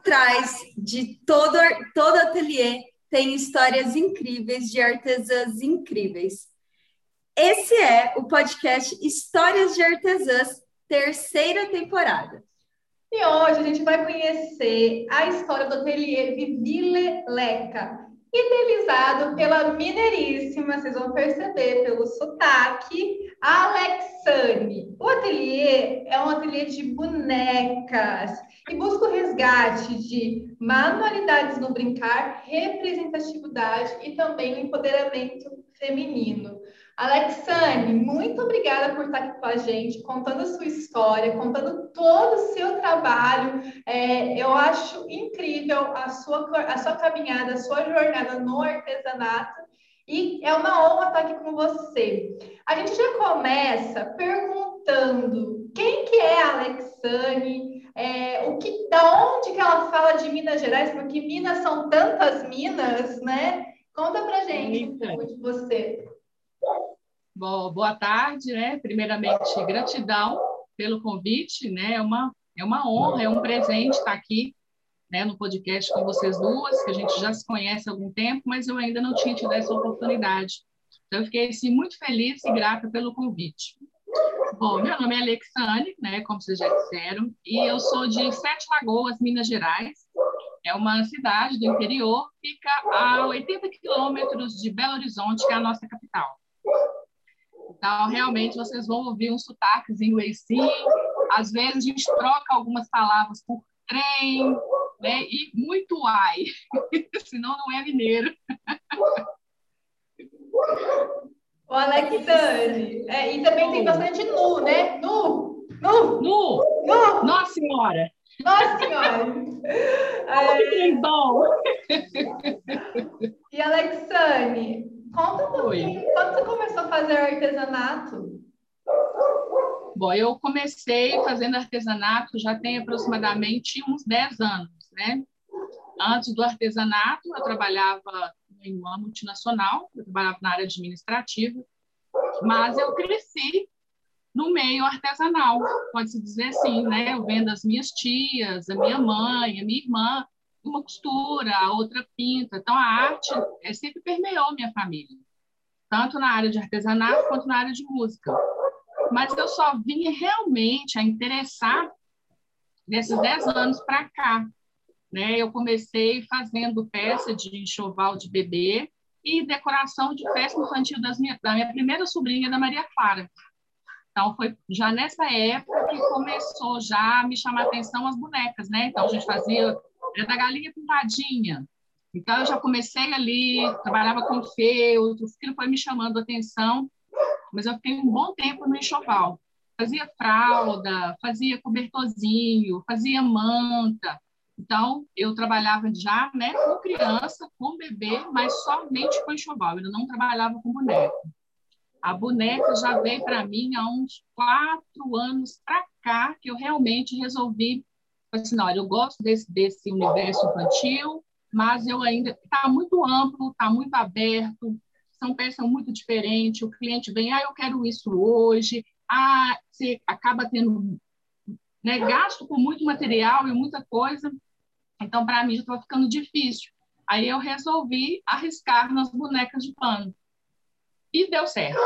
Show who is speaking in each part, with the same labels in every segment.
Speaker 1: trás de todo ateliê tem histórias incríveis de artesãs incríveis. Esse é o podcast Histórias de Artesãs, terceira temporada.
Speaker 2: E hoje a gente vai conhecer a história do ateliê Vivi Leleca, idealizado pela mineiríssima, vocês vão perceber pelo sotaque, Alexane. O ateliê é um ateliê de bonecas e busca o resgate de manualidades no brincar, representatividade e também o empoderamento feminino. Alexane, muito obrigada por estar aqui com a gente, contando a sua história, contando todo o seu trabalho. Eu acho incrível a sua caminhada, a sua jornada no artesanato e é uma honra estar aqui com você. A gente já começa perguntando quem que é a Alexane, da onde que ela fala de Minas Gerais, porque Minas são tantas Minas, né? Conta pra gente um pouco de você.
Speaker 3: Bom, boa tarde, né? Primeiramente, gratidão pelo convite, né? É uma honra, é um presente estar aqui, né, no podcast com vocês duas, que a gente já se conhece há algum tempo, mas eu ainda não tinha tido essa oportunidade. Então, eu fiquei assim, muito feliz e grata pelo convite. Bom, meu nome é Alexane, né, como vocês já disseram, e eu sou de Sete Lagoas, Minas Gerais. É uma cidade do interior, fica a 80 quilômetros de Belo Horizonte, que é a nossa capital. Então, realmente, vocês vão ouvir um sotaquezinho aí, sim. Às vezes, a gente troca algumas palavras por trem, né? E muito ai, senão não é mineiro.
Speaker 2: O Alexane. E também tem bastante nu, né? Nu!
Speaker 3: Nossa Senhora!
Speaker 2: Nossa Senhora!
Speaker 3: Que bom!
Speaker 2: E Alexane, conta um pouquinho, quando você começou a fazer artesanato?
Speaker 3: Bom, eu comecei fazendo artesanato já tem aproximadamente uns 10 anos, né? Antes do artesanato, eu trabalhava em uma multinacional, eu trabalhava na área administrativa, mas eu cresci no meio artesanal, pode-se dizer assim, né? Eu vendo as minhas tias, a minha mãe, a minha irmã, uma costura, a outra pinta. Então, a arte sempre permeou minha família, tanto na área de artesanato quanto na área de música. Mas eu só vim realmente a interessar nesses 10 anos para cá, né? Eu comecei fazendo peça de enxoval de bebê e decoração de festa infantil da minha primeira sobrinha, da Maria Clara. Então, foi já nessa época que começou já a me chamar a atenção as bonecas, né? Então, a gente fazia da galinha pintadinha. Então, eu já comecei ali, trabalhava com feltro, aquilo foi me chamando a atenção, mas eu fiquei um bom tempo no enxoval. Fazia fralda, fazia cobertorzinho, fazia manta. Então, eu trabalhava já, né, com criança, com bebê, mas somente com enxoval. Eu não trabalhava com boneca. A boneca já veio para mim há uns 4 anos para cá, que eu realmente resolvi, assim, olha, eu gosto desse universo infantil, mas eu ainda está muito amplo, está muito aberto, são peças muito diferentes, o cliente vem, eu quero isso hoje, você acaba tendo, né, gasto com muito material e muita coisa, então para mim já estava ficando difícil. Aí eu resolvi arriscar nas bonecas de pano. E deu certo.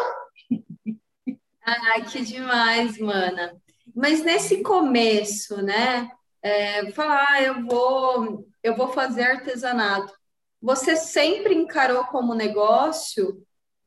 Speaker 1: Ai, que demais, mana. Mas nesse começo, né? Falar, eu vou fazer artesanato. Você sempre encarou como negócio?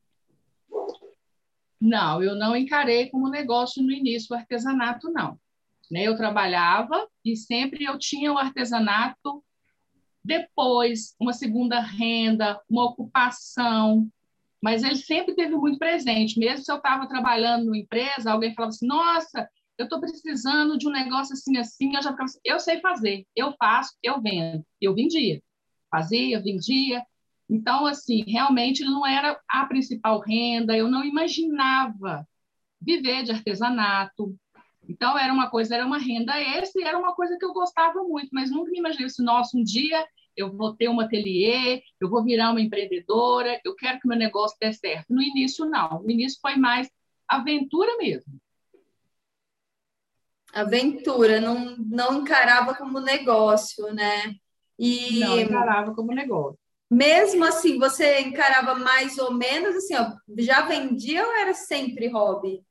Speaker 3: Não, eu não encarei como negócio no início o artesanato, não. Né? Eu trabalhava e sempre eu tinha o artesanato depois, uma segunda renda, uma ocupação, mas ele sempre teve muito presente. Mesmo se eu estava trabalhando numa empresa, alguém falava assim, nossa, eu estou precisando de um negócio assim, assim, eu já ficava assim, eu sei fazer, eu faço, eu vendo. Eu vendia, fazia, vendia. Então, assim, realmente não era a principal renda, eu não imaginava viver de artesanato. Então, era uma renda extra e era uma coisa que eu gostava muito, mas nunca me imaginei assim, nossa, um dia eu vou ter um ateliê, eu vou virar uma empreendedora, eu quero que meu negócio dê certo. No início, não. No início foi mais aventura mesmo.
Speaker 1: Aventura, não encarava como negócio, né?
Speaker 3: Não,
Speaker 1: E
Speaker 3: encarava como negócio.
Speaker 1: mesmo assim, você encarava mais ou menos assim, ó, já vendia ou era sempre hobby?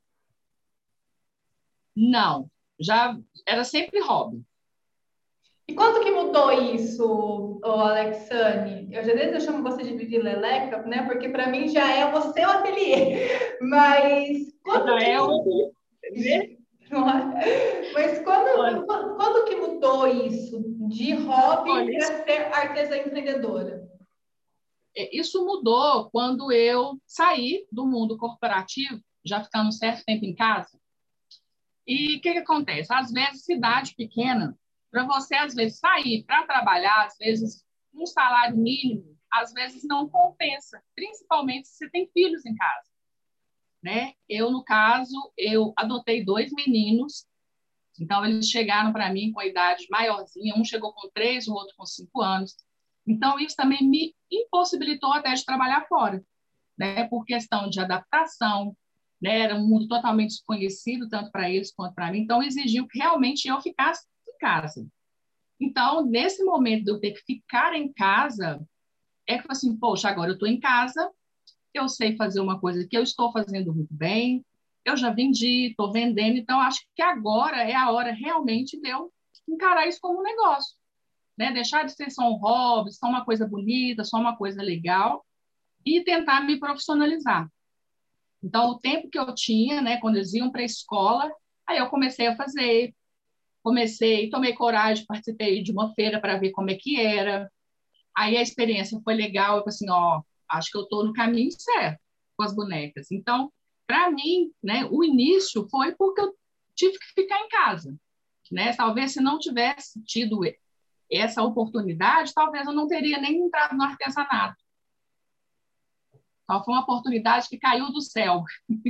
Speaker 3: Não, já era sempre hobby.
Speaker 2: E quando que mudou isso, ô Alexane? Eu já desde eu chamo você de Vivi Leleca, né? Porque para mim já é o seu ateliê. Mas quando
Speaker 3: Já
Speaker 2: que
Speaker 3: é
Speaker 2: mudou?
Speaker 3: o... Né?
Speaker 2: Mas
Speaker 3: Olha,
Speaker 2: quando que mudou isso de hobby
Speaker 3: olha,
Speaker 2: para ser artesã empreendedora?
Speaker 3: isso mudou quando eu saí do mundo corporativo, já ficando um certo tempo em casa. E o que acontece? Às vezes, cidade pequena, para você, às vezes, sair para trabalhar, às vezes, um salário mínimo, às vezes não compensa, principalmente se você tem filhos em casa, né? Eu, no caso, eu adotei 2 meninos, então eles chegaram para mim com a idade maiorzinha, um chegou com 3, o outro com 5 anos. Então, isso também me impossibilitou até de trabalhar fora, né? Por questão de adaptação, né? Era um mundo totalmente desconhecido, tanto para eles quanto para mim, então exigiu que realmente eu ficasse em casa. Então, nesse momento de eu ter que ficar em casa, é que assim, poxa, agora eu estou em casa, eu sei fazer uma coisa que eu estou fazendo muito bem, eu já vendi, estou vendendo, então acho que agora é a hora realmente de eu encarar isso como um negócio, né? Deixar de ser só um hobby, só uma coisa bonita, só uma coisa legal, e tentar me profissionalizar. Então, o tempo que eu tinha, né, quando eles iam para a escola, aí eu comecei a fazer, tomei coragem, participei de uma feira para ver como é que era. Aí a experiência foi legal, eu falei assim, ó, acho que eu estou no caminho certo com as bonecas. Então, para mim, né, o início foi porque eu tive que ficar em casa, né? Talvez se não tivesse tido essa oportunidade, talvez eu não teria nem entrado no artesanato. Então, foi uma oportunidade que caiu do céu.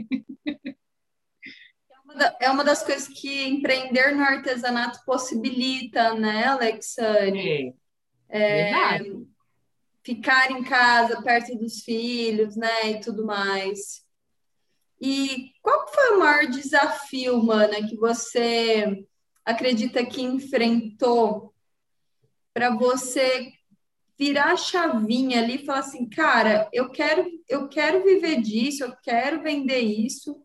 Speaker 1: É uma das coisas que empreender no artesanato possibilita, né, Alexane?
Speaker 3: É, verdade.
Speaker 1: Ficar em casa, perto dos filhos, né, e tudo mais. E qual foi o maior desafio, mana, que você acredita que enfrentou para você virar a chavinha ali e falar assim, cara, eu quero viver disso, eu quero vender isso,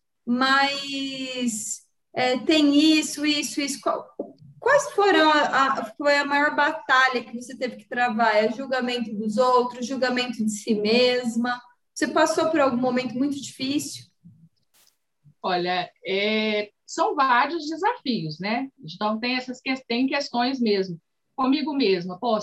Speaker 1: mas tem isso. Quais foram foi a maior batalha que você teve que travar? É julgamento dos outros, julgamento de si mesma? Você passou por algum momento muito difícil?
Speaker 3: Olha, são vários desafios, né? Então, tem questões mesmo. Comigo mesma, pô,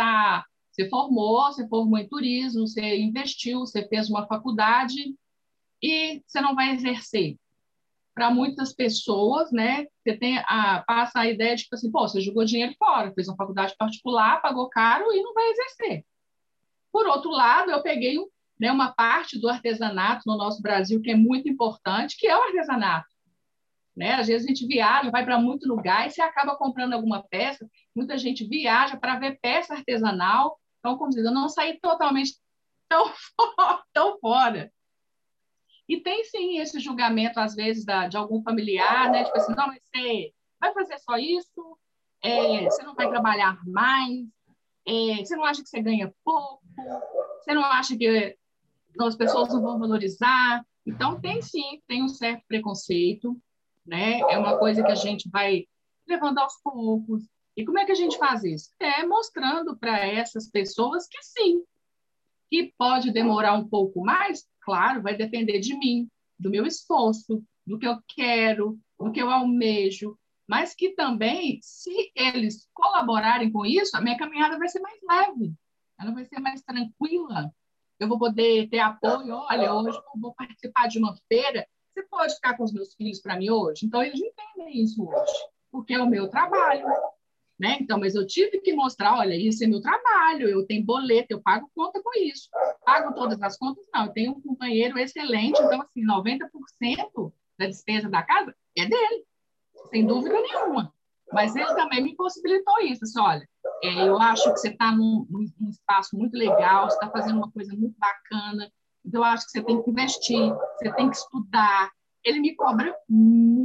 Speaker 3: você formou em turismo, você investiu, você fez uma faculdade e você não vai exercer. Para muitas pessoas, né, passa a ideia de que assim, pô, você jogou dinheiro fora, fez uma faculdade particular, pagou caro e não vai exercer. Por outro lado, eu peguei, né, uma parte do artesanato no nosso Brasil que é muito importante, que é o artesanato, né? Às vezes a gente viaja, vai para muito lugar e você acaba comprando alguma peça. Muita gente viaja para ver peça artesanal. Então, como diz, eu não saí totalmente tão, tão fora. E tem sim esse julgamento, às vezes, de algum familiar, né? Tipo assim, não, mas você vai fazer só isso, você não vai trabalhar mais, você não acha que você ganha pouco, você não acha que as pessoas não vão valorizar. Então, tem sim, tem um certo preconceito, né? É uma coisa que a gente vai levando aos poucos. E como é que a gente faz isso? Mostrando para essas pessoas que sim, que pode demorar um pouco mais, claro, vai depender de mim, do meu esforço, do que eu quero, do que eu almejo, mas que também, se eles colaborarem com isso, a minha caminhada vai ser mais leve, ela vai ser mais tranquila. Eu vou poder ter apoio. Olha, hoje eu vou participar de uma feira, você pode ficar com os meus filhos para mim hoje? Então, eles entendem isso hoje, porque é o meu trabalho, né? Então, mas eu tive que mostrar, olha, isso é meu trabalho, eu tenho boleto, eu pago conta com isso. Pago todas as contas? Não, eu tenho um companheiro excelente, então, assim, 90% da despesa da casa é dele, sem dúvida nenhuma. Mas ele também me possibilitou isso, assim, olha, eu acho que você está num espaço muito legal, você está fazendo uma coisa muito bacana, então eu acho que você tem que investir, você tem que estudar. Ele me cobra muito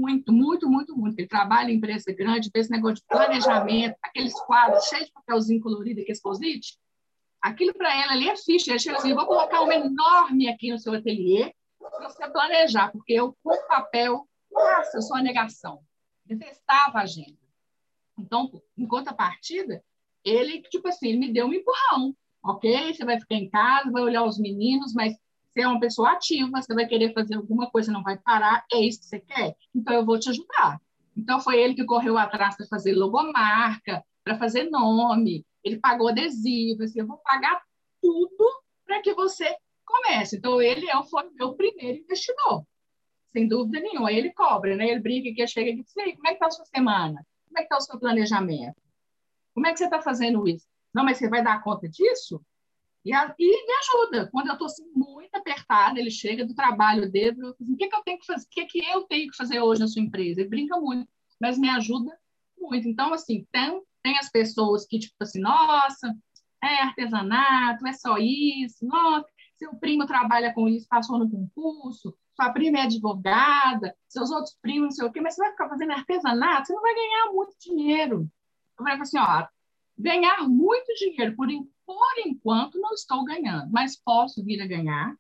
Speaker 3: muito, muito, muito, muito. Ele trabalha em empresa grande, vê esse negócio de planejamento, aqueles quadros cheios de papelzinho colorido, aqueles post-it. Aquilo para ela ali é ficha. Ele chega assim, eu vou colocar uma enorme aqui no seu ateliê para você planejar, porque eu, com papel, nossa, eu sou a negação. Detestava a agenda. Então, em contrapartida, ele, tipo assim, ele me deu um empurrão. Ok, você vai ficar em casa, vai olhar os meninos, mas você é uma pessoa ativa, você vai querer fazer alguma coisa, não vai parar, é isso que você quer? Então, eu vou te ajudar. Então, foi ele que correu atrás para fazer logomarca, para fazer nome, ele pagou adesivo, assim, eu vou pagar tudo para que você comece. Então, ele foi o meu primeiro investidor, sem dúvida nenhuma. Aí ele cobra, né? Ele brinca que chega e diz, como é que está a sua semana? Como é que está o seu planejamento? Como é que você está fazendo isso? Não, mas você vai dar conta disso? E me ajuda. Quando eu estou assim, muito apertada, ele chega do trabalho dele, eu falo assim, o que eu tenho que fazer? O que eu tenho que fazer hoje na sua empresa? Ele brinca muito, mas me ajuda muito. Então, assim, tem as pessoas que, tipo assim, nossa, é artesanato, é só isso, nossa, seu primo trabalha com isso, passou no concurso, sua prima é advogada, seus outros primos, não sei o quê, mas você vai ficar fazendo artesanato, você não vai ganhar muito dinheiro. Eu falei assim, ó, ganhar muito dinheiro por enquanto não estou ganhando, mas posso vir a ganhar.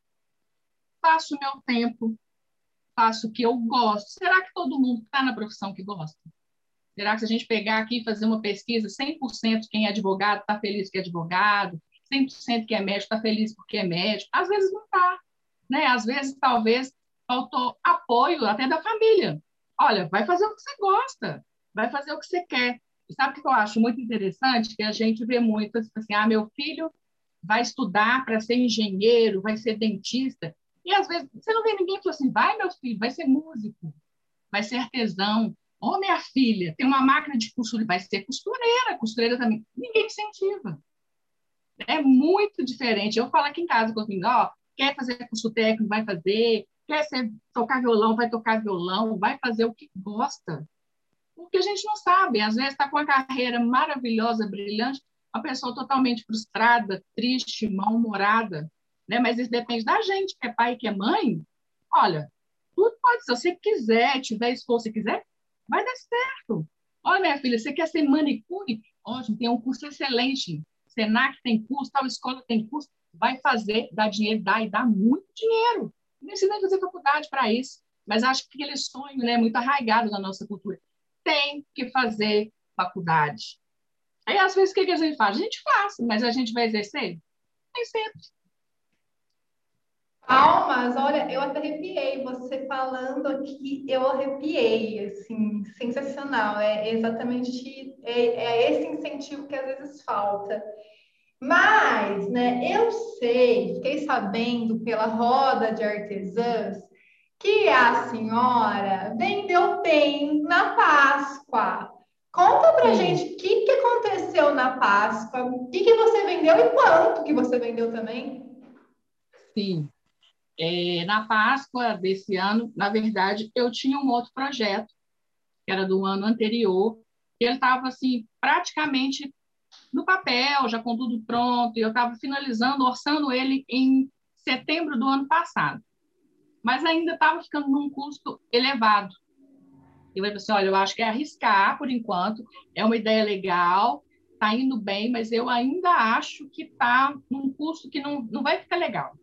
Speaker 3: Faço o meu tempo, faço o que eu gosto. Será que todo mundo está na profissão que gosta? Será que se a gente pegar aqui e fazer uma pesquisa, 100% quem é advogado está feliz que é advogado, 100% quem é médico está feliz porque é médico? Às vezes não está, né? Às vezes, talvez, faltou apoio até da família. Olha, vai fazer o que você gosta, vai fazer o que você quer. E sabe o que eu acho muito interessante? Que a gente vê muito assim, meu filho vai estudar para ser engenheiro, vai ser dentista. E às vezes você não vê ninguém falando assim, vai, meu filho, vai ser músico, vai ser artesão. Ô, minha filha, tem uma máquina de costura, vai ser costureira, costureira também. Ninguém incentiva. É muito diferente. Eu falo aqui em casa com os meninos, ó, quer fazer curso técnico, vai fazer, tocar violão, vai tocar violão, vai fazer o que gosta. Porque a gente não sabe, às vezes está com uma carreira maravilhosa, brilhante, uma pessoa totalmente frustrada, triste, mal-humorada, né? Mas isso depende da gente, que é pai e que é mãe. Olha, tudo pode ser, se você quiser, tiver esforço, se quiser, vai dar certo. Olha, minha filha, você quer ser manicure? Ótimo, tem um curso excelente. Senac tem curso, tal escola tem curso. Vai fazer, dá dinheiro, dá e dá muito dinheiro. Não precisa fazer faculdade para isso. Mas acho que aquele sonho, né, é muito arraigado na nossa cultura. Tem que fazer faculdade. Aí, às vezes, o que a gente faz? A gente faz, mas a gente vai exercer? Nem sempre.
Speaker 2: Palmas, olha, eu até arrepiei. Você falando aqui, eu arrepiei, assim, sensacional. É exatamente esse incentivo que às vezes falta. Mas, né, eu sei, fiquei sabendo pela roda de artesãs que a senhora vendeu bem na Páscoa. Conta pra
Speaker 3: Sim,
Speaker 2: gente o que aconteceu na Páscoa, o que você vendeu e quanto que você vendeu também.
Speaker 3: sim. Na Páscoa desse ano, na verdade, eu tinha um outro projeto, que era do ano anterior, que ele estava assim, praticamente no papel, já com tudo pronto, e eu estava finalizando, orçando ele em setembro do ano passado. Mas ainda estava ficando num custo elevado. Eu falei assim, olha, eu acho que é arriscar por enquanto, é uma ideia legal, está indo bem, mas eu ainda acho que está num custo que não vai ficar legal.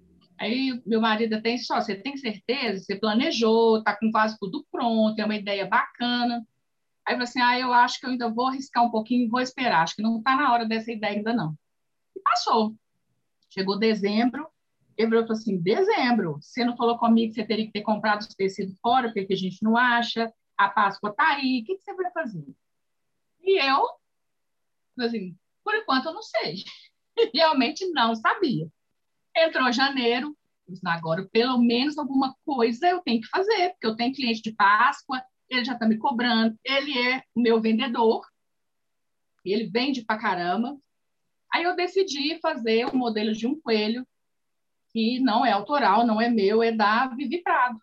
Speaker 3: Aí meu marido até disse, você tem certeza? Você planejou, está com quase tudo pronto, é uma ideia bacana. Aí eu falei assim, eu acho que eu ainda vou arriscar um pouquinho e vou esperar, acho que não está na hora dessa ideia ainda não. E passou. Chegou dezembro, ele falou assim, dezembro, você não falou comigo que você teria que ter comprado os tecidos fora, porque a gente não acha, a Páscoa está aí, o que você vai fazer? E eu, assim, por enquanto eu não sei. Realmente não sabia. Entrou janeiro, agora pelo menos alguma coisa eu tenho que fazer, porque eu tenho cliente de Páscoa, ele já está me cobrando, ele é o meu vendedor, ele vende pra caramba. Aí eu decidi fazer um modelo de um coelho, que não é autoral, não é meu, é da Vivi Prado.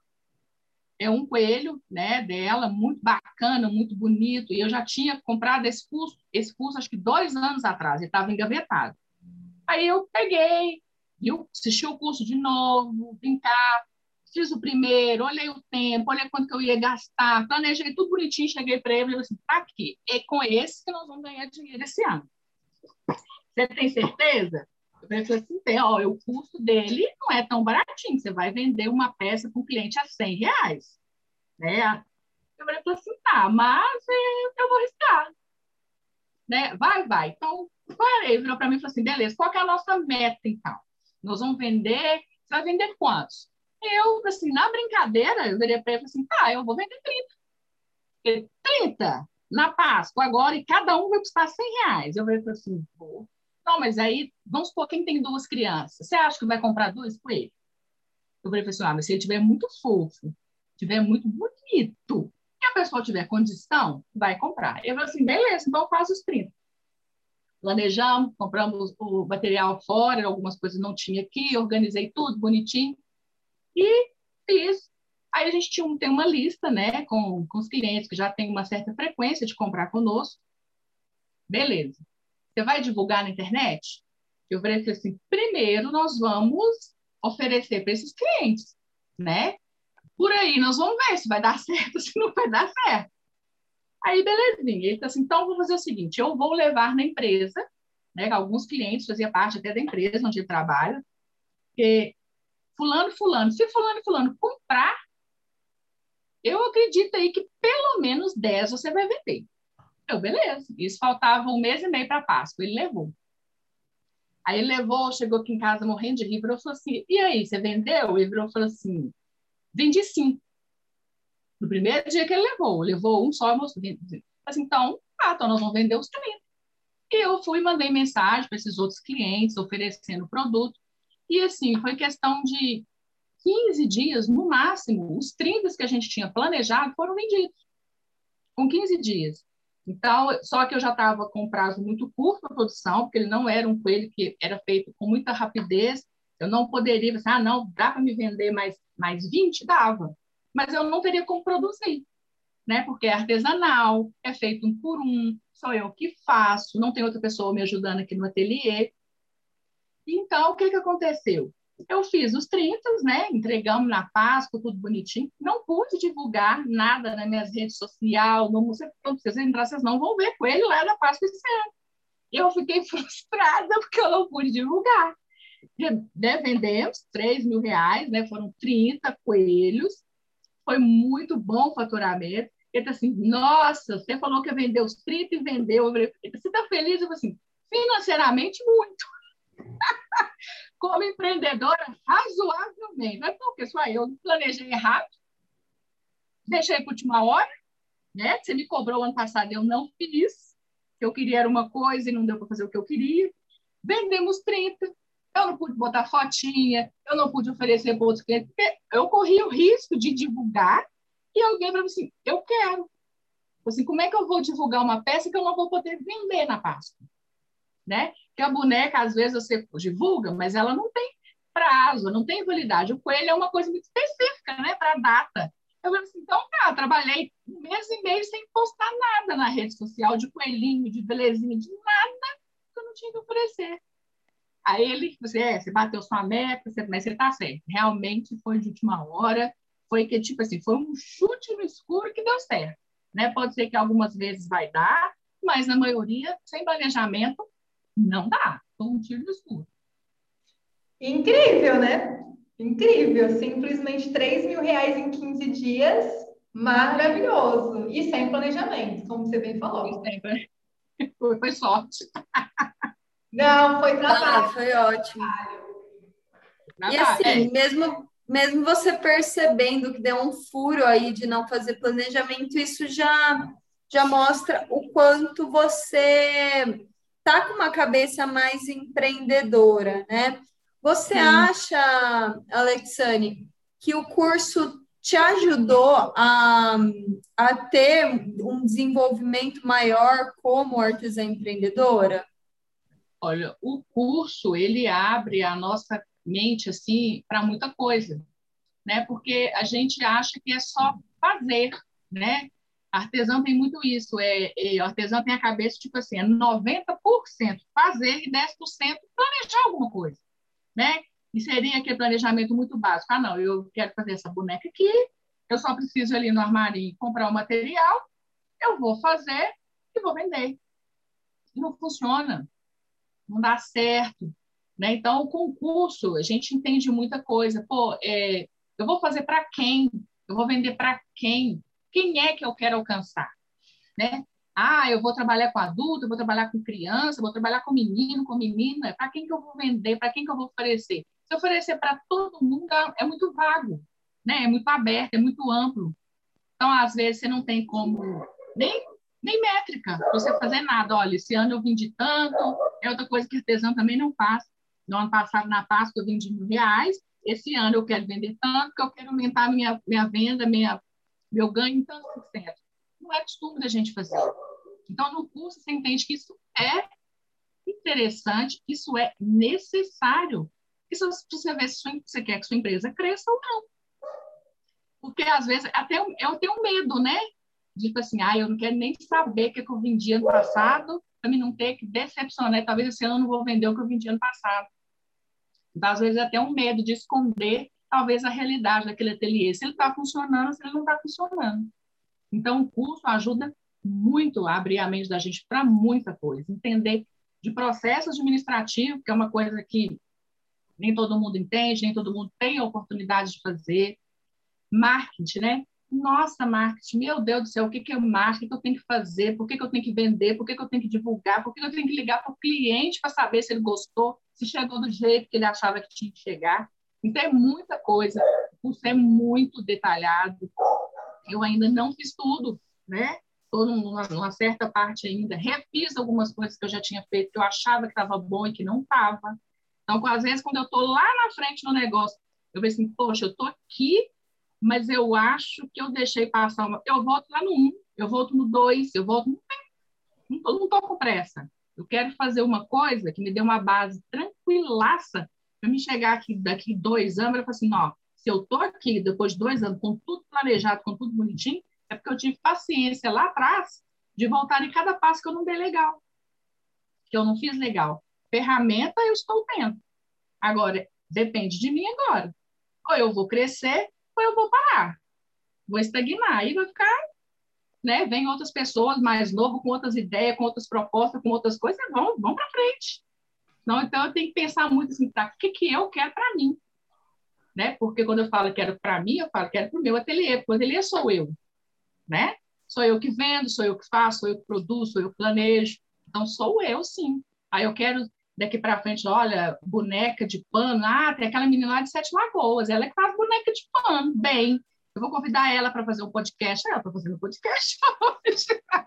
Speaker 3: É um coelho, né, dela, muito bacana, muito bonito, e eu já tinha comprado esse curso acho que 2 anos atrás, ele estava engavetado. Aí eu peguei, eu assisti o curso de novo, vim cá, fiz o primeiro, olhei o tempo, olhei quanto que eu ia gastar, planejei tudo bonitinho, cheguei para ele e falei assim, para quê? É com esse que nós vamos ganhar dinheiro esse ano. Você tem certeza? Eu falei assim, ó, o custo dele não é tão baratinho, você vai vender uma peça para um cliente a R$ 100, né? Eu falei assim, tá, mas eu vou arriscar, né? Vai. Então, ele virou para mim e falou assim, beleza, qual que é a nossa meta, então? Nós vamos vender, você vai vender quantos? Eu, assim, na brincadeira, eu virei para ele e falei assim, tá, eu vou vender 30. 30 na Páscoa agora e cada um vai custar R$ 100. Eu falei assim, pô. Não, mas aí, vamos supor, quem tem 2 crianças, você acha que vai comprar 2 com ele? Eu falei assim, mas se ele tiver muito fofo, tiver muito bonito, e a pessoa tiver condição, vai comprar. Eu falei assim, beleza, então eu faço os 30. Planejamos, compramos o material fora, algumas coisas não tinha aqui, organizei tudo bonitinho e fiz. Aí a gente tem uma lista, né, com os clientes que já tem uma certa frequência de comprar conosco. Beleza. Você vai divulgar na internet? Eu falei assim, primeiro nós vamos oferecer para esses clientes, né? Por aí nós vamos ver se vai dar certo, se não vai dar certo. Aí, belezinha. Ele disse assim, então vou fazer o seguinte, eu vou levar na empresa, né? Alguns clientes faziam parte até da empresa onde ele trabalha, que fulano, se fulano comprar, eu acredito aí que pelo menos 10 você vai vender. Eu, beleza. Isso faltava 1 mês e meio para Páscoa. Ele levou. Aí ele levou, chegou aqui em casa morrendo de rir, virou e falou assim, e aí, você vendeu? Ele virou e falou assim, vendi 5. No primeiro dia que ele levou um só, moço. Assim, então nós vamos vender os 30. E eu fui e mandei mensagem para esses outros clientes, oferecendo o produto. E assim, foi questão de 15 dias, no máximo, os 30 que a gente tinha planejado foram vendidos, com 15 dias. Então, só que eu já estava com um prazo muito curto para a produção, porque ele não era um coelho que era feito com muita rapidez. Eu não poderia pensar, não, dá para me vender mais 20? Dava. Mas eu não teria como produzir, né? Porque é artesanal, é feito um por um, sou eu que faço, não tem outra pessoa me ajudando aqui no ateliê. Então, o que aconteceu? Eu fiz os 30, né? Entregamos na Páscoa, tudo bonitinho. Não pude divulgar nada nas minhas redes sociais. Não, vocês entrar, vocês não vão ver coelho lá na Páscoa esse ano. Eu fiquei frustrada porque eu não pude divulgar. Vendemos R$ 3.000, né? Foram 30 coelhos. Foi muito bom o faturamento. Ele disse assim, nossa, você falou que ia vender os 30 e vendeu. Eu falei, você está feliz? Eu falei assim, financeiramente, muito. Como empreendedora, razoavelmente. Mas porque só eu planejei errado, deixei para a última hora, né? Você me cobrou ano passado, eu não fiz. O que eu queria era uma coisa e não deu para fazer o que eu queria. Vendemos 30. Eu não pude botar fotinha, eu não pude oferecer para outros clientes, porque eu corri o risco de divulgar e alguém para mim assim, eu quero. Assim, como é que eu vou divulgar uma peça que eu não vou poder vender na Páscoa? Né? Que a boneca, às vezes, você divulga, mas ela não tem prazo, não tem validade. O coelho é uma coisa muito específica, né? Para a data. Eu falei assim, então tá, eu trabalhei 1 mês e meio sem postar nada na rede social de coelhinho, de belezinha, de nada que eu não tinha que oferecer. Aí ele, você bateu sua meta, mas você tá certo. Realmente foi de última hora, foi que, tipo assim, foi um chute no escuro que deu certo. Né? Pode ser que algumas vezes vai dar, mas na maioria, sem planejamento, não dá. Foi um tiro no escuro.
Speaker 2: Incrível, né? Incrível. Simplesmente R$ 3.000 em 15 dias. Maravilhoso. E sem planejamento, como você bem falou.
Speaker 3: Foi sorte.
Speaker 2: Não, foi trabalho.
Speaker 1: Foi ótimo. E
Speaker 3: Trabalho.
Speaker 1: assim, mesmo você percebendo que deu um furo aí de não fazer planejamento, isso já mostra o quanto você tá com uma cabeça mais empreendedora, né? Você
Speaker 3: Sim.
Speaker 1: acha, Alexane, que o curso te ajudou a ter um desenvolvimento maior como artesã empreendedora?
Speaker 3: Olha, o curso, ele abre a nossa mente, assim, para muita coisa, né? Porque a gente acha que é só fazer, né? Artesão tem muito isso, o artesão tem a cabeça, tipo assim, é 90% fazer e 10% planejar alguma coisa, né? E seria aquele planejamento muito básico. Ah, não, eu quero fazer essa boneca aqui, eu só preciso ali no armário comprar o material, eu vou fazer e vou vender. E não funciona, não dá certo. Né? Então, o concurso, a gente entende muita coisa. Pô, eu vou fazer para quem? Eu vou vender para quem? Quem é que eu quero alcançar? Né? Ah, eu vou trabalhar com adulto, eu vou trabalhar com criança, eu vou trabalhar com menino, com menina. Para quem que eu vou vender? Para quem que eu vou oferecer? Se oferecer para todo mundo, é muito vago, né? É muito aberto, é muito amplo. Então, às vezes, você não tem como nem, nem métrica para você fazer nada. Olha, esse ano eu vendi tanto, é outra coisa que artesão também não faz. No ano passado, na Páscoa, eu vendi R$ 1.000. Esse ano eu quero vender tanto, que eu quero aumentar minha venda, meu ganho em tanto por cento. Não é costume da gente fazer. Então, no curso, você entende que isso é interessante, isso é necessário. Isso você vê se você quer que sua empresa cresça ou não. Porque, às vezes, até eu tenho medo, né? Tipo assim, eu não quero nem saber o que eu vendi ano passado, para mim não ter que decepcionar. Talvez esse ano eu não vou vender o que eu vendi ano passado. Então, às vezes, até um medo de esconder, talvez, a realidade daquele ateliê. Se ele está funcionando, se ele não está funcionando. Então, o curso ajuda muito a abrir a mente da gente para muita coisa. Entender de processo administrativo, que é uma coisa que nem todo mundo entende, nem todo mundo tem a oportunidade de fazer. Marketing, né? Nossa, marketing, meu Deus do céu, o que é marketing? O que eu tenho que fazer? Por que eu tenho que vender? Por que eu tenho que divulgar? Por que eu tenho que ligar para o cliente para saber se ele gostou, se chegou do jeito que ele achava que tinha que chegar? Então, é muita coisa, o curso é muito detalhado. Eu ainda não fiz tudo, né? Estou numa certa parte ainda. Refiz algumas coisas que eu já tinha feito, que eu achava que estava bom e que não estava. Então, às vezes, quando eu estou lá na frente no negócio, eu vejo assim, poxa, eu estou aqui, mas eu acho que eu deixei passar Eu volto lá no 1, eu volto no 2, eu volto no... Não estou com pressa. Eu quero fazer uma coisa que me dê uma base tranquilaça para me chegar aqui daqui 2 anos e falar assim, ó, se eu estou aqui depois de 2 anos com tudo planejado, com tudo bonitinho, é porque eu tive paciência lá atrás de voltar em cada passo que eu não dei legal, que eu não fiz legal. Ferramenta eu estou tendo. Agora, depende de mim agora. Ou eu vou crescer, ou eu vou parar. Vou estagnar. Aí vai ficar, né? Vem outras pessoas mais novas, com outras ideias, com outras propostas, com outras coisas, vão para frente. Não, então, eu tenho que pensar muito assim, tá? O que eu quero para mim? Né? Porque quando eu falo quero para mim, eu falo quero para o meu ateliê, porque o ateliê sou eu, né? Sou eu que vendo, sou eu que faço, sou eu que produzo, sou eu que planejo. Então, sou eu, sim. Aí eu quero, daqui para frente, olha, boneca de pano. Ah, tem aquela menina lá de Sete Lagoas, ela é que faz boneca de pano. Bem, eu vou convidar ela para fazer um podcast. Ela está fazendo um podcast hoje.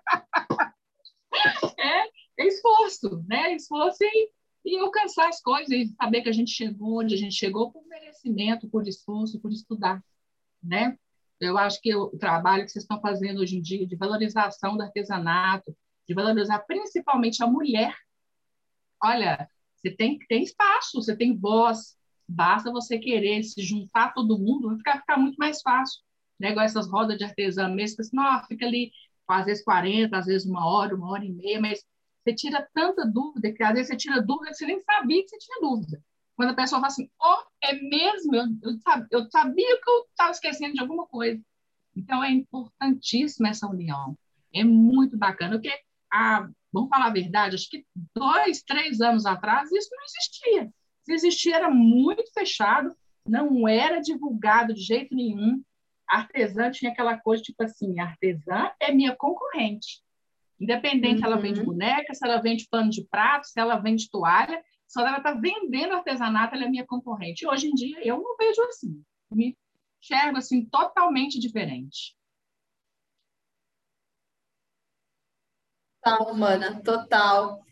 Speaker 3: É esforço, né? Esforço e alcançar as coisas e saber que a gente chegou onde a gente chegou por merecimento, por esforço, por estudar, né? Eu acho que o trabalho que vocês estão fazendo hoje em dia de valorização do artesanato, de valorizar principalmente a mulher, olha, você tem espaço, você tem voz, basta você querer se juntar todo mundo, vai ficar muito mais fácil. Né? Igual essas rodas de artesã mesmo, assim, não, fica ali, às vezes 40, às vezes 1 hora e meia, mas você tira tanta dúvida, que às vezes você tira dúvida que você nem sabia que você tinha dúvida. Quando a pessoa fala assim, é mesmo? Eu sabia que eu estava esquecendo de alguma coisa. Então, é importantíssima essa união. É muito bacana, porque, vamos falar a verdade, acho que 2, 3 anos atrás isso não existia. Se existia, era muito fechado, não era divulgado de jeito nenhum. A artesã tinha aquela coisa, tipo assim, a artesã é minha concorrente. Independente se ela vende boneca, se ela vende pano de prato, se ela vende toalha, se ela está vendendo artesanato, ela é minha concorrente. E hoje em dia, eu não vejo assim. Me enxergo assim, totalmente diferente.
Speaker 1: Total, humana, total.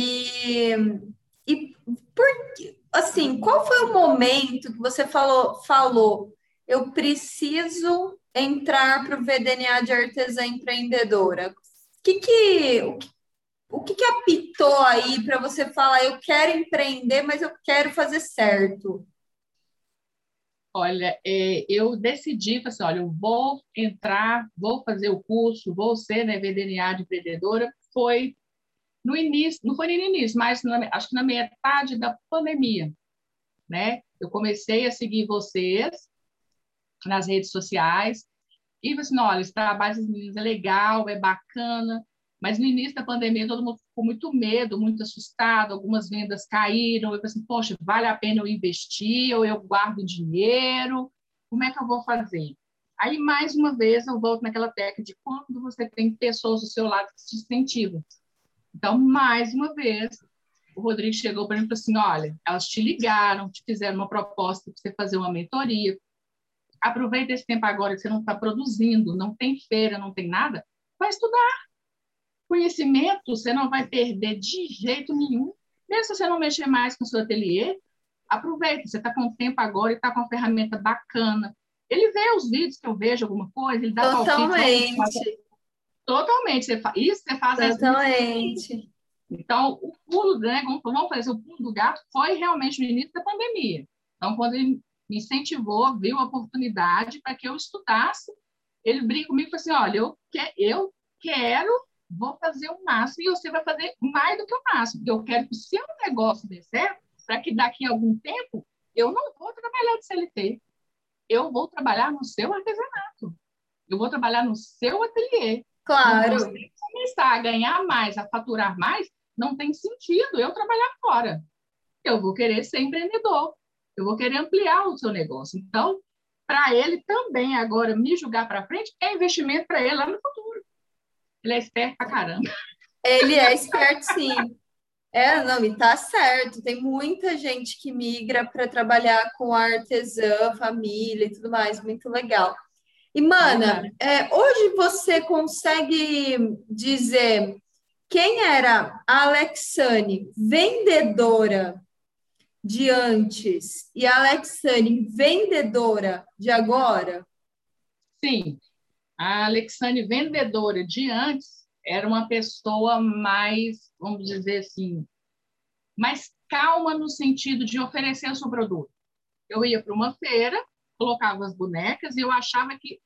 Speaker 1: E assim, qual foi o momento que você falou, eu preciso entrar para o VDNA de artesã empreendedora? O que que apitou aí para você falar, eu quero empreender, mas eu quero fazer certo?
Speaker 3: Olha, eu decidi, falei assim, olha, eu vou entrar, vou fazer o curso, vou ser, né, VDNA de empreendedora. Foi no início, não foi nem no início, mas acho que na metade da pandemia, né? Eu comecei a seguir vocês nas redes sociais e falei assim, olha, esse trabalho das meninas é legal, é bacana, mas no início da pandemia todo mundo ficou muito medo, muito assustado, algumas vendas caíram, eu falei assim, poxa, vale a pena eu investir ou eu guardo dinheiro? Como é que eu vou fazer? Aí, mais uma vez, eu volto naquela técnica de quando você tem pessoas do seu lado que te incentivam. Então, mais uma vez, o Rodrigo chegou para mim e falou assim, olha, elas te ligaram, te fizeram uma proposta para você fazer uma mentoria. Aproveita esse tempo agora que você não está produzindo, não tem feira, não tem nada, vai estudar. Conhecimento você não vai perder de jeito nenhum. Mesmo se você não mexer mais com o seu ateliê, aproveita, você está com tempo agora e está com uma ferramenta bacana. Ele vê os vídeos que eu vejo, alguma coisa, ele dá palpite.
Speaker 1: Totalmente.
Speaker 3: Totalmente. Isso você faz isso.
Speaker 1: Totalmente.
Speaker 3: Então, o pulo, né, vamos fazer o pulo do gato, foi realmente no início da pandemia. Então, quando ele me incentivou, viu a oportunidade para que eu estudasse, ele briga comigo e falou assim, olha, eu quero, vou fazer o máximo e você vai fazer mais do que o máximo, porque eu quero que o seu negócio dê certo, para que daqui a algum tempo eu não vou trabalhar de CLT, eu vou trabalhar no seu artesanato, eu vou trabalhar no seu ateliê.
Speaker 1: Claro.
Speaker 3: Quando você começar a ganhar mais, a faturar mais, não tem sentido eu trabalhar fora. Eu vou querer ser empreendedor, eu vou querer ampliar o seu negócio. Então, para ele também agora me julgar para frente é investimento para ele lá no futuro. Ele é esperto pra caramba.
Speaker 1: Ele é esperto, sim. Não, e tá certo. Tem muita gente que migra para trabalhar com artesã, família e tudo mais. Muito legal. E, mana, hoje você consegue dizer quem era a Alexane vendedora de antes e a Alexane vendedora de agora?
Speaker 3: Sim, a Alexane vendedora de antes era uma pessoa mais, vamos dizer assim, mais calma no sentido de oferecer o seu produto. Eu ia para uma feira, colocava as bonecas e eu achava que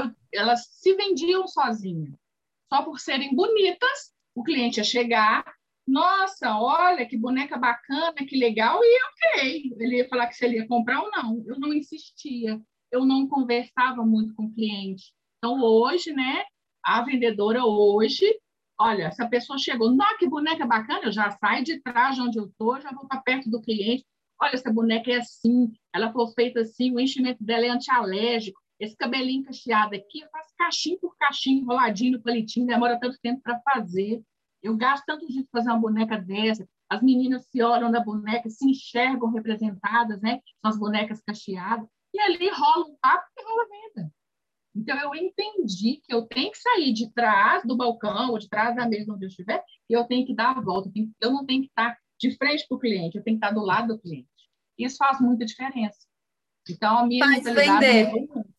Speaker 3: elas se vendiam sozinhas. Só por serem bonitas, o cliente ia chegar, nossa, olha que boneca bacana, que legal, e ok. Ele ia falar que se ele ia comprar ou não. Eu não insistia, eu não conversava muito com o cliente. Então, hoje, né, a vendedora hoje, olha, essa pessoa chegou, nossa, que boneca bacana, eu já saio de trás de onde eu estou, já vou para perto do cliente. Olha, essa boneca é assim, ela foi feita assim, o enchimento dela é antialérgico, esse cabelinho cacheado aqui, eu faço caixinho por caixinho, enroladinho no palitinho, demora tanto tempo para fazer. Eu gasto tanto dia para fazer uma boneca dessa. As meninas se olham na boneca, se enxergam representadas, né? São as bonecas cacheadas. E ali rola um papo e rola venda. Então, eu entendi que eu tenho que sair de trás do balcão ou de trás da mesa onde eu estiver e eu tenho que dar a volta. Eu não tenho que estar de frente para o cliente, eu tenho que estar do lado do cliente. Isso faz muita diferença. Então, a minha
Speaker 1: Faz
Speaker 3: mentalidade
Speaker 1: vender.
Speaker 3: mudou muito.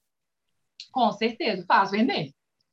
Speaker 3: Com certeza, faz vender.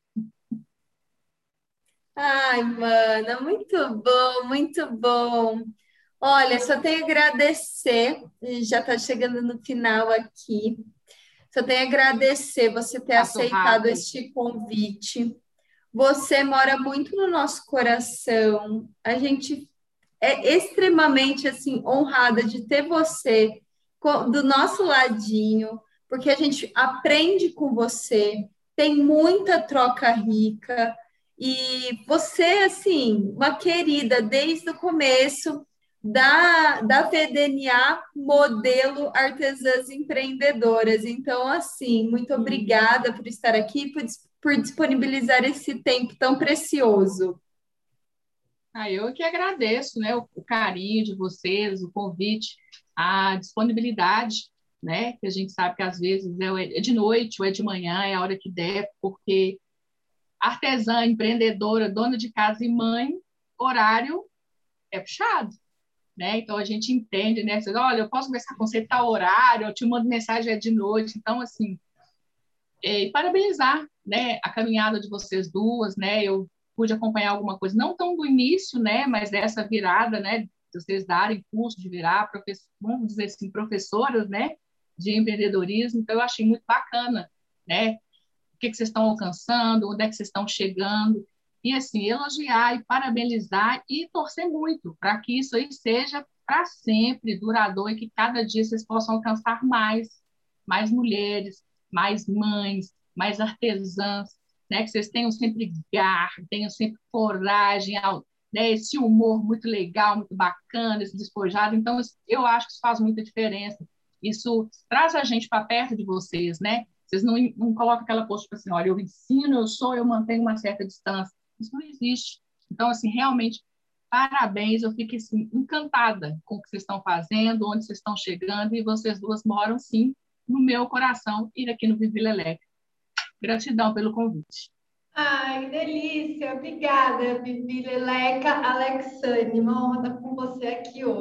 Speaker 1: Ai, mana, muito bom, muito bom. Olha, só tenho a agradecer, já está chegando no final aqui. Só tenho a agradecer você ter
Speaker 3: Passou
Speaker 1: aceitado
Speaker 3: rápido.
Speaker 1: este convite. Você mora muito no nosso coração. A gente é extremamente assim honrada de ter você do nosso ladinho, porque a gente aprende com você, tem muita troca rica e você assim, uma querida desde o começo da VDNA Modelo Artesãs Empreendedoras. Então, assim, muito obrigada por estar aqui, por disponibilizar esse tempo tão precioso.
Speaker 3: Eu que agradeço, né, o carinho de vocês, o convite, a disponibilidade, né, que a gente sabe que às vezes é de noite ou é de manhã, é a hora que der, porque artesã, empreendedora, dona de casa e mãe, horário é puxado, né? Então a gente entende, né? Você, olha, eu posso conversar com você tal horário, eu te mando mensagem é de noite, então assim, parabenizar, né, a caminhada de vocês duas, né? Eu pude acompanhar alguma coisa, não tão do início, né, mas dessa virada, né, de vocês darem curso de virar, vamos dizer assim, professoras, né, de empreendedorismo, então eu achei muito bacana, né, o que vocês estão alcançando, onde é que vocês estão chegando, e assim, elogiar e parabenizar e torcer muito para que isso aí seja para sempre, duradouro, e que cada dia vocês possam alcançar mais mulheres, mais mães, mais artesãs, né? Que vocês tenham sempre garra, tenham sempre coragem, né? Esse humor muito legal, muito bacana, esse despojado. Então, eu acho que isso faz muita diferença. Isso traz a gente para perto de vocês, né? Vocês não colocam aquela postura assim, olha, eu ensino, eu mantenho uma certa distância. Isso não existe. Então, assim, realmente, parabéns, eu fico assim, encantada com o que vocês estão fazendo, onde vocês estão chegando, e vocês duas moram, sim, no meu coração e aqui no Vivi Leleca. Gratidão pelo convite.
Speaker 2: Ai, que delícia! Obrigada, Vivi Leleca Alexane. Uma honra estar com você aqui hoje.